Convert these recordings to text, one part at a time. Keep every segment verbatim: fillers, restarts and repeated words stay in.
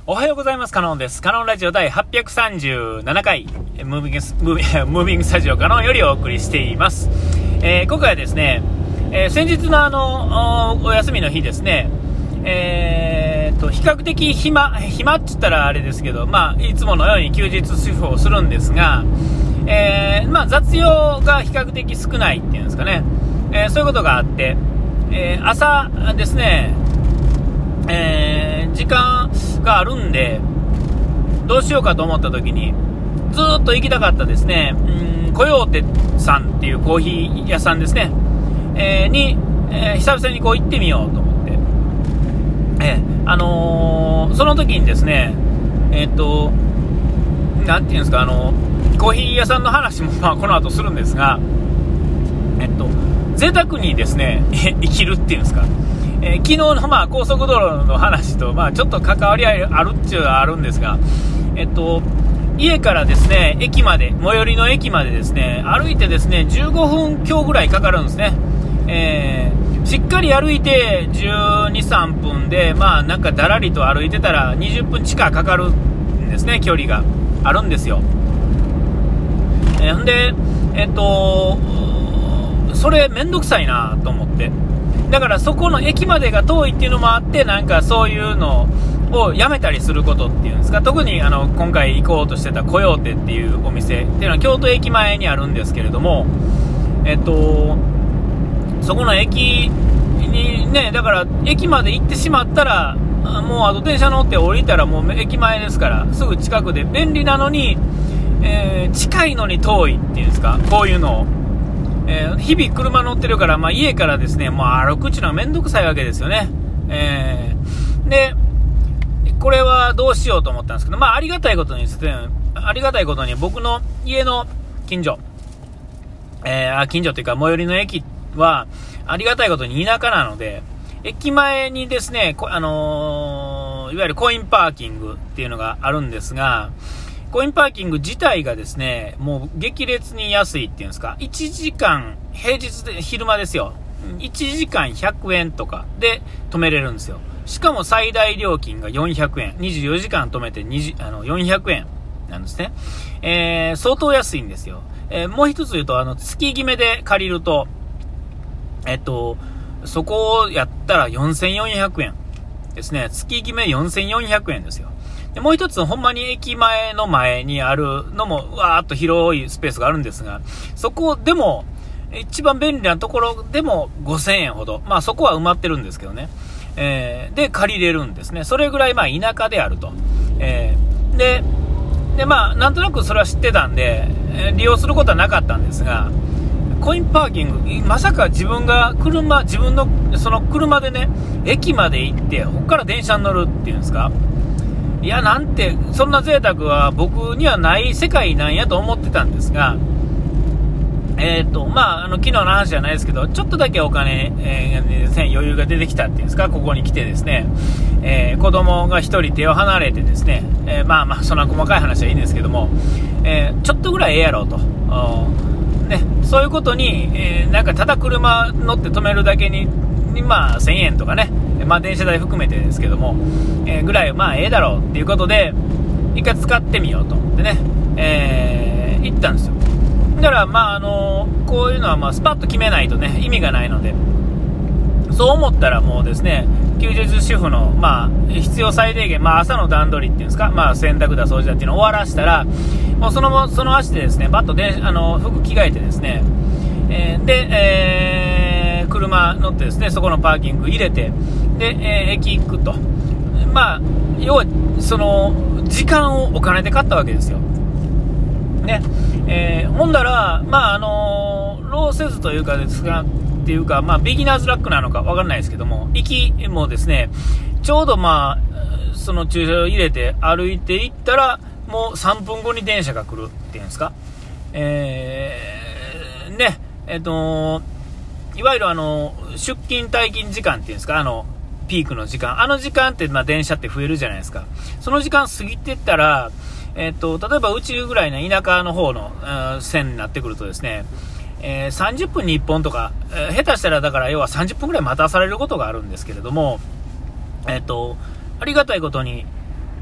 おはようございます。カノンです。カノンラジオ第はっぴゃくさんじゅうななかいムービングス、ムービング、ムービングスタジオカノンよりお送りしています。えー、今回はですね、えー、先日のあの お, お休みの日ですね、えー、と比較的暇暇って言ったらあれですけど、まあ、いつものように休日主婦をするんですが、えーまあ、雑用が比較的少ないっていうんですかね、えー、そういうことがあって、えー、朝ですね、えー、時間があるんでどうしようかと思った時にずーっと行きたかったですね、うん、コヨーテさんっていうコーヒー屋さんですね、えー、に、えー、久々にこう行ってみようと思って、えー、あのー、その時にですね、えー、っとなんていうんですか、あのー、コーヒー屋さんの話もまあこの後するんですが、えっと贅沢にですね生きるっていうんですか、えー、昨日のまあ高速道路の話とまあちょっと関わり合いあるっちゅうのはあるんですが、えっと家からですね駅まで、最寄りの駅までですね歩いてですねじゅうごふん強ぐらいかかるんですね。えー、しっかり歩いてじゅうに、さんぷんで、まあなんかだらりと歩いてたらにじゅっぷん近くかかるんですね。距離があるんですよ。えー、んでえっとそれめんどくさいなと思って、だからそこの駅までが遠いっていうのもあって、なんかそういうのをやめたりすることっていうんですか、特にあの今回行こうとしてたコヨーテっていうお店っていうのは京都駅前にあるんですけれども、えっとそこの駅にね、だから駅まで行ってしまったらもうあと電車乗って降りたらもう駅前ですからすぐ近くで便利なのに、えー、近いのに遠いっていうんですか、こういうのをえー、日々車乗ってるから、まあ、家からですねもう歩くっていうのはめんどくさいわけですよね。えー、でこれはどうしようと思ったんですけど、まあ、ありがたいことにですね、ありがたいことに僕の家の近所、えー、近所というか最寄りの駅はありがたいことに田舎なので、駅前にですね、あのー、いわゆるコインパーキングっていうのがあるんですが、コインパーキング自体がですねもう激烈に安いっていうんですか、いちじかん平日で昼間ですよ、いちじかんひゃくえんとかで止めれるんですよ。しかも最大料金がよんひゃくえん、にじゅうよじかん止めて20あのよんひゃくえんなんですね。えー、相当安いんですよ。えー、もう一つ言うと、あの月決めで借りるとえっとそこをやったらよんせんよんひゃくえんですね。月決めよんせんよんひゃくえんですよ。でもう一つほんまに駅前の前にあるのもわーっと広いスペースがあるんですが、そこでも一番便利なところでもごせんえんほど、まあそこは埋まってるんですけどね、えー、で借りれるんですね。それぐらいまあ田舎であると、えー、ででまあなんとなくそれは知ってたんで、えー、利用することはなかったんですが、コインパーキングまさか自分が車自分のその車でね駅まで行ってここから電車に乗るっていうんですか、いやなんてそんな贅沢は僕にはない世界なんやと思ってたんですが、えーとまあ、あの昨日の話じゃないですけど、ちょっとだけお金、えー、余裕が出てきたっていうんですか、ここに来てですね、えー、子供が一人手を離れてですね、えー、まあまあそんな細かい話はいいんですけども、えー、ちょっとぐらいええやろうと、ね、そういうことに、えー、なんかただ車乗って止めるだけに、まあせんえんとかね、まあ電車代含めてですけども、えー、ぐらいまあええだろうっていうことで一回使ってみようと思ってね、えー、行ったんですよ。だからまああのー、こういうのはまあスパッと決めないとね意味がないので、そう思ったらもうですね休日主婦のまあ必要最低限、まあ朝の段取りっていうんですか、まあ洗濯だ掃除だっていうのを終わらしたらもうそのその足でですねバッとであの服着替えてですね、えー、で、えー、車乗ってですねそこのパーキング入れてで、えー、駅行くと、まあ要はその時間をお金で買ったわけですよね。えー、ほんだらまああのー、労せずというかですがっていうかまあビギナーズラックなのかわかんないですけども、行きもですねちょうどまあその駐車場入れて歩いていったらもうさんぷんごに電車が来るっていうんですか、えー、ねえっといわゆるあの出勤退勤時間っていうんですか、あのピークの時間、あの時間ってまあ電車って増えるじゃないですか。その時間過ぎてったら、えっと例えばうちぐらいの田舎の方の、えー、線になってくるとですね、えー、さんじゅっぷんにいっぽんとか、えー、下手したらだから要はさんじゅっぷんぐらい待たされることがあるんですけれども、えっとありがたいことに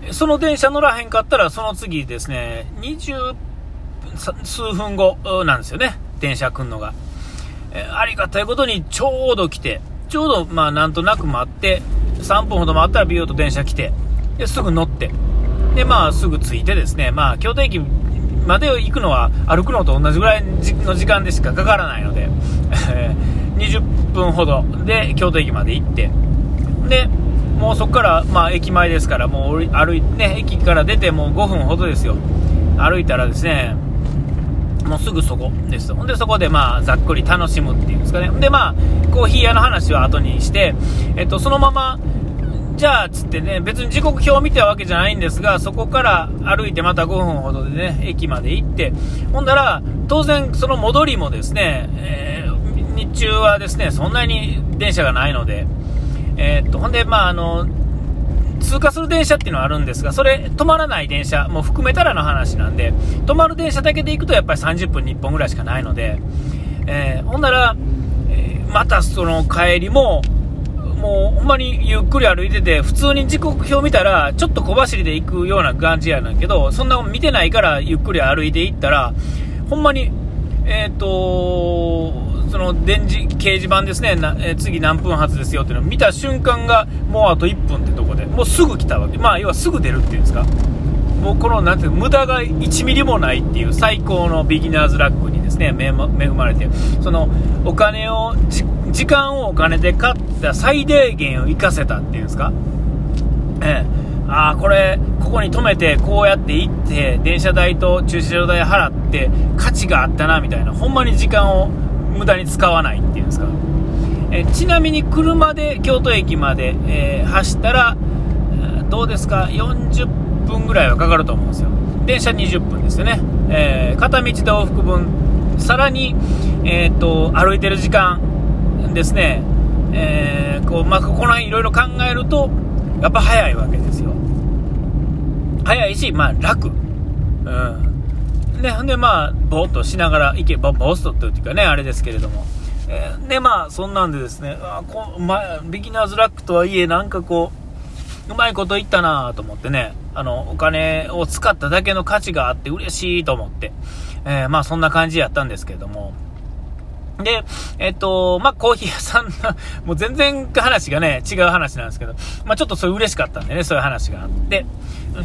その電車乗らへんかったらその次ですねにじゅうすうふんごなんですよね、電車来んのが。えー、ありがたいことにちょうど来て、ちょうどまあなんとなく待ってさんぷんほど待ったらビューと電車来て、ですぐ乗って、でまあすぐ着いてですね、まあ京都駅まで行くのは歩くのと同じぐらいの時間でしかかからないのでにじゅっぷんほどで京都駅まで行って、でもうそこからまあ駅前ですから、もう歩いてね、駅から出てもうごふんほどですよ。歩いたらですね、もうすぐそこです。ほんでそこでまあざっくり楽しむっていうんですかね。でまあコーヒー屋の話は後にして、えっとそのままじゃあつってね、別に時刻表を見たわけじゃないんですが、そこから歩いてまたごふんほどでね駅まで行って、ほんだら当然その戻りもですね、えー、日中はですねそんなに電車がないので、えー、っとほんでまああの通過する電車っていうのはあるんですが、それ止まらない電車も含めたらの話なんで、止まる電車だけで行くとやっぱりさんじゅっぷんにいっぽんぐらいしかないので、えー、ほんなら、えー、またその帰りももうほんまにゆっくり歩いてて、普通に時刻表見たらちょっと小走りで行くような感じやなんけど、そんな見てないからゆっくり歩いて行ったら、ほんまにえっとその電磁掲示板ですね、な、えー、次何分発ですよっていうのを見た瞬間がもうあといっぷんってとこで、もうすぐ来たわけ。まあ要はすぐ出るっていうんですか、もうこのなんていう無駄がいちミリもないっていう最高のビギナーズラックにですね恵まれて、そのお金をじ時間をお金で買った最低限を生かせたっていうんですか、えー、ああこれここに止めてこうやって行って電車代と駐車場代払って価値があったなみたいな、ほんまに時間を無駄に使わないっていうんですか。えー、ちなみに車で京都駅まで、えー、走ったらどうですか、よんじゅっぷんぐらいはかかると思うんですよ。電車にじゅっぷんですよね。えー、片道で往復分、さらに、えー、と歩いてる時間ですね、えーこうまあ、この辺いろいろ考えるとやっぱ早いわけですよ。早いし、まあ楽、うんね、でまあぼーっとしながら行けば、ぼーっとっていうかねあれですけれども、えー、でまあそんなんでですね、あこ、まあ、ビギナーズラックとはいえなんかこううまいこと言ったなと思ってね、あのお金を使っただけの価値があって嬉しいと思って、えー、まあそんな感じやったんですけれども、でえっとまあコーヒー屋さんのもう全然話がね違う話なんですけど、まあちょっとそれ嬉しかったんでね、そういう話があって、うん、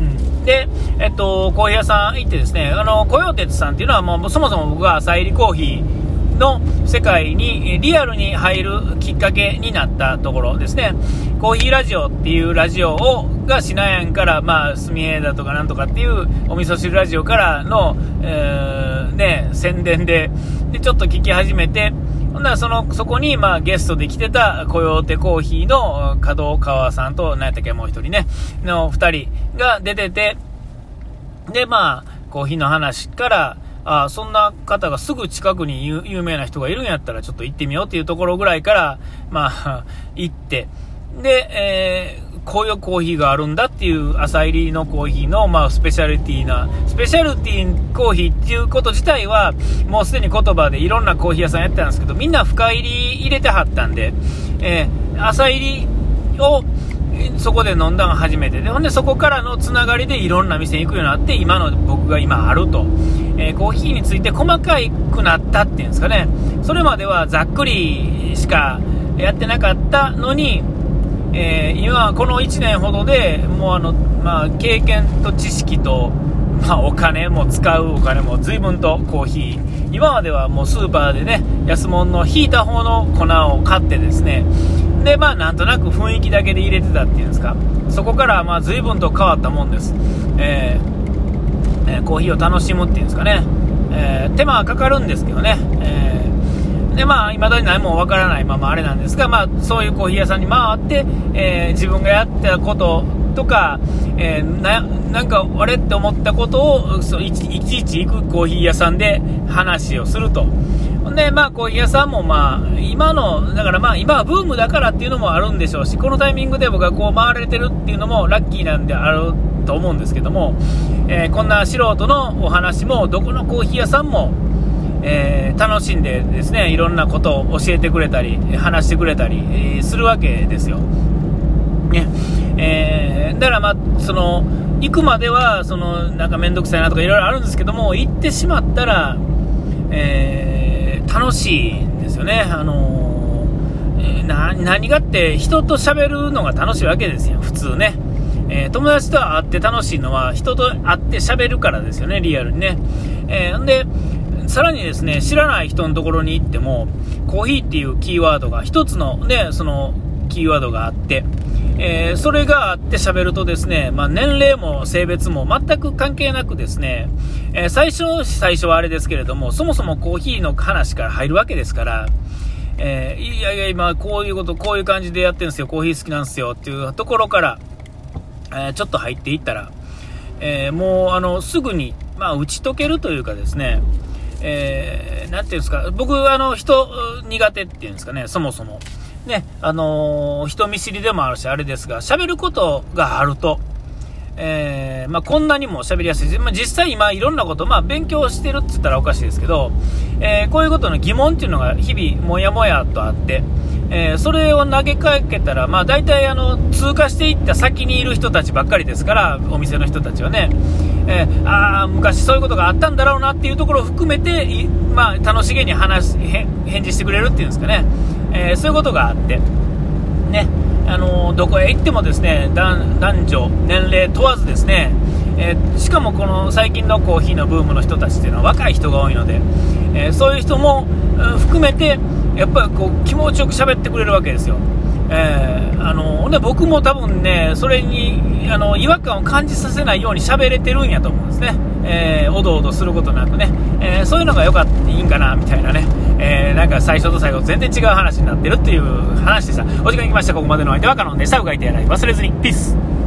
でえっとコーヒー屋さん行ってですね、あのコヨーテツさんっていうのはもうそもそも僕が朝入りコーヒーの世界にリアルに入るきっかけになったところですね。コーヒーラジオっていうラジオをがしなやんから、まあすみえだとかなんとかっていうお味噌汁ラジオからの、えー、ね宣伝ででちょっと聞き始めて、ほんならそのそこにまあゲストで来てたコヨーテコーヒーの門川さんと何やったっけもう一人ねのふたりが出てて、でまあコーヒーの話からあそんな方がすぐ近くに有名な人がいるんやったらちょっと行ってみようっていうところぐらいからまあ行って、で、えー、こういうコーヒーがあるんだっていう朝入りのコーヒーのまあスペシャリティなスペシャルティーコーヒーっていうこと自体はもうすでに言葉でいろんなコーヒー屋さんやってたんですけど、みんな深入り入れてはったんで、えー、朝入りをそこで飲んだのが初めてで、ほんでそこからのつながりでいろんな店に行くようになって、今の僕が今あると、えー、コーヒーについて細かくなったっていうんですかね。それまではざっくりしかやってなかったのに、えー、今このいちねんほどでもうあの、まあ、経験と知識と、まあ、お金も使うお金も随分とコーヒー、今まではもうスーパーでね安物のひいた方の粉を買ってですね、でまあなんとなく雰囲気だけで入れてたっていうんですか、そこからまあ随分と変わったもんです。えーえー、コーヒーを楽しむっていうんですかね、えー、手間はかかるんですけどね、えー、でまあ未だに何もわからないままあれなんですが、まあそういうコーヒー屋さんに回って、えー、自分がやったこととか、えー、な, なんかあれって思ったことをそういちいちいち行くコーヒー屋さんで話をすると。でまあコーヒー屋さんもまあ今のだからまあ今はブームだからっていうのもあるんでしょうし、このタイミングで僕がこう回られてるっていうのもラッキーなんであると思うんですけども、えー、こんな素人のお話もどこのコーヒー屋さんも、えー、楽しんでですねいろんなことを教えてくれたり話してくれたり、えー、するわけですよ、ねえー、だからまあその行くまではそのなんか面倒くさいなとかいろいろあるんですけども、行ってしまったら、えー、楽しいんですよね。あのー、な何がって人と喋るのが楽しいわけですよ、普通ね。えー、友達と会って楽しいのは人と会って喋るからですよね、リアルにね。えー、でさらにですね、知らない人のところに行ってもコーヒーっていうキーワードが一つのね、そのキーワードがあって、えー、それがあって喋るとですね、まあ、年齢も性別も全く関係なくですね、えー、最初最初はあれですけれども、そもそもコーヒーの話から入るわけですから、えー、いやいや今こういうことこういう感じでやってるんですよ、コーヒー好きなんですよっていうところから、えー、ちょっと入っていったら、えー、もうあのすぐに、まあ、打ち解けるというかですね、えー、なんていうんですか、僕あの人苦手っていうんですかね、そもそもね、あのー、人見知りでもあるしあれですが、喋ることがあると、えーまあ、こんなにも喋りやすい、まあ、実際今いろんなこと、まあ、勉強してるって言ったらおかしいですけど、えー、こういうことの疑問っていうのが日々もやもやとあって、えー、それを投げかけたら、まあ、大体あの通過していった先にいる人たちばっかりですから、お店の人たちはね、えー、あ昔そういうことがあったんだろうなっていうところを含めて、まあ、楽しげに話返事してくれるっていうんですかね、えー、そういうことがあってね、あのー、どこへ行ってもですね、男女年齢問わずですね、えー、しかもこの最近のコーヒーのブームの人たちっていうのは若い人が多いので、えー、そういう人も、うん、含めてやっぱりこう気持ちよく喋ってくれるわけですよ。えーあのーね、僕も多分ね、それにあの違和感を感じさせないように喋れてるんやと思うんですね。えー、おどおどすることなくね、えー、そういうのが良かったいいんかなみたいなね、えー、なんか最初と最後全然違う話になってるっていう話でした。お時間来ました。ここまでの相手はカノンでした。うがいてやらい忘れずに。ピース。